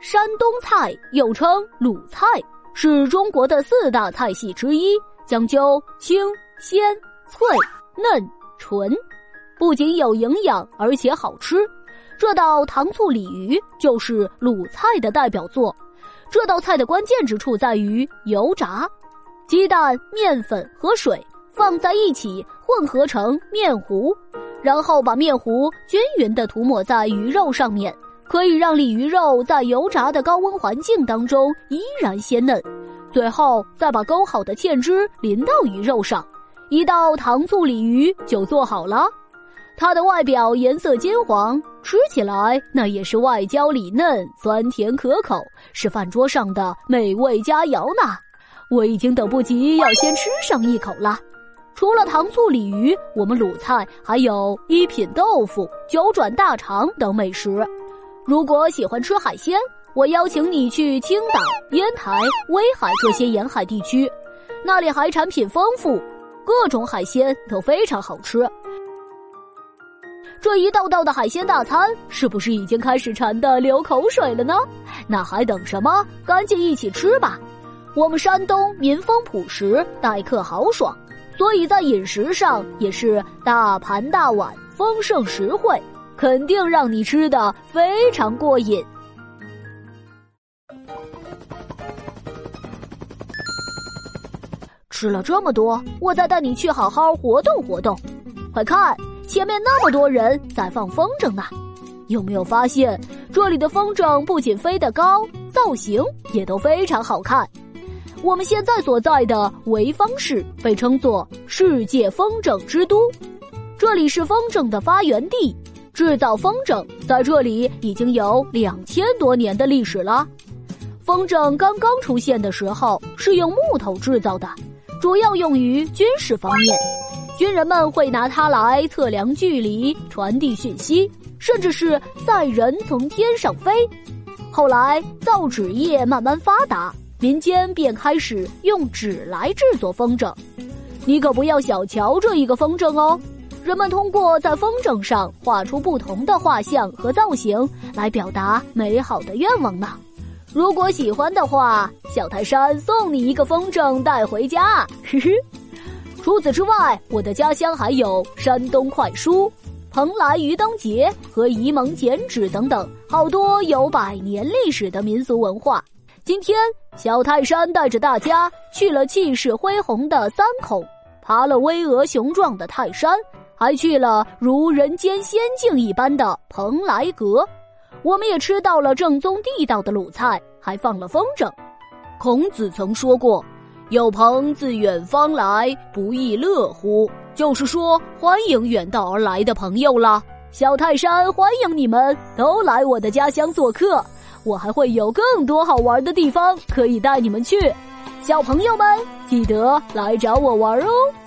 山东菜又称鲁菜，是中国的4大菜系之一，讲究清、鲜、脆、嫩、纯，不仅有营养，而且好吃。这道糖醋鲤鱼就是鲁菜的代表作。这道菜的关键之处在于油炸，鸡蛋、面粉和水放在一起混合成面糊，然后把面糊均匀地涂抹在鱼肉上面，可以让鲤鱼肉在油炸的高温环境当中依然鲜嫩。最后再把勾好的芡汁淋到鱼肉上，一道糖醋鲤鱼就做好了。它的外表颜色金黄，吃起来那也是外焦里嫩，酸甜可口，是饭桌上的美味佳肴呢。我已经等不及要先吃上一口了。除了糖醋鲤鱼，我们鲁菜还有一品豆腐、九转大肠等美食。如果喜欢吃海鲜，我邀请你去青岛、烟台、威海这些沿海地区，那里海产品丰富，各种海鲜都非常好吃。这一道道的海鲜大餐，是不是已经开始馋得流口水了呢？那还等什么？赶紧一起吃吧！我们山东民风朴实，待客豪爽，所以在饮食上也是大盘大碗，丰盛实惠，肯定让你吃得非常过瘾。吃了这么多，我再带你去好好活动活动。快看，前面那么多人在放风筝呢，有没有发现这里的风筝不仅飞得高，造型也都非常好看。我们现在所在的潍坊市被称作世界风筝之都，这里是风筝的发源地，制造风筝在这里已经有2000多年的历史了。风筝刚刚出现的时候是用木头制造的，主要用于军事方面，军人们会拿它来测量距离、传递讯息，甚至是载人从天上飞。后来造纸业慢慢发达，民间便开始用纸来制作风筝。你可不要小瞧这一个风筝哦，人们通过在风筝上画出不同的画像和造型来表达美好的愿望呢。如果喜欢的话，小泰山送你一个风筝带回家，呵呵。除此之外，我的家乡还有山东快书、蓬莱鱼灯节和沂蒙剪纸等等，好多有100年历史的民俗文化。今天小泰山带着大家去了气势恢宏的三孔，爬了巍峨雄壮的泰山，还去了如人间仙境一般的蓬莱阁。我们也吃到了正宗地道的鲁菜，还放了风筝。孔子曾说过，有朋自远方来，不亦乐乎，就是说欢迎远道而来的朋友啦。小泰山欢迎你们都来我的家乡做客，我还会有更多好玩的地方可以带你们去。小朋友们记得来找我玩哦。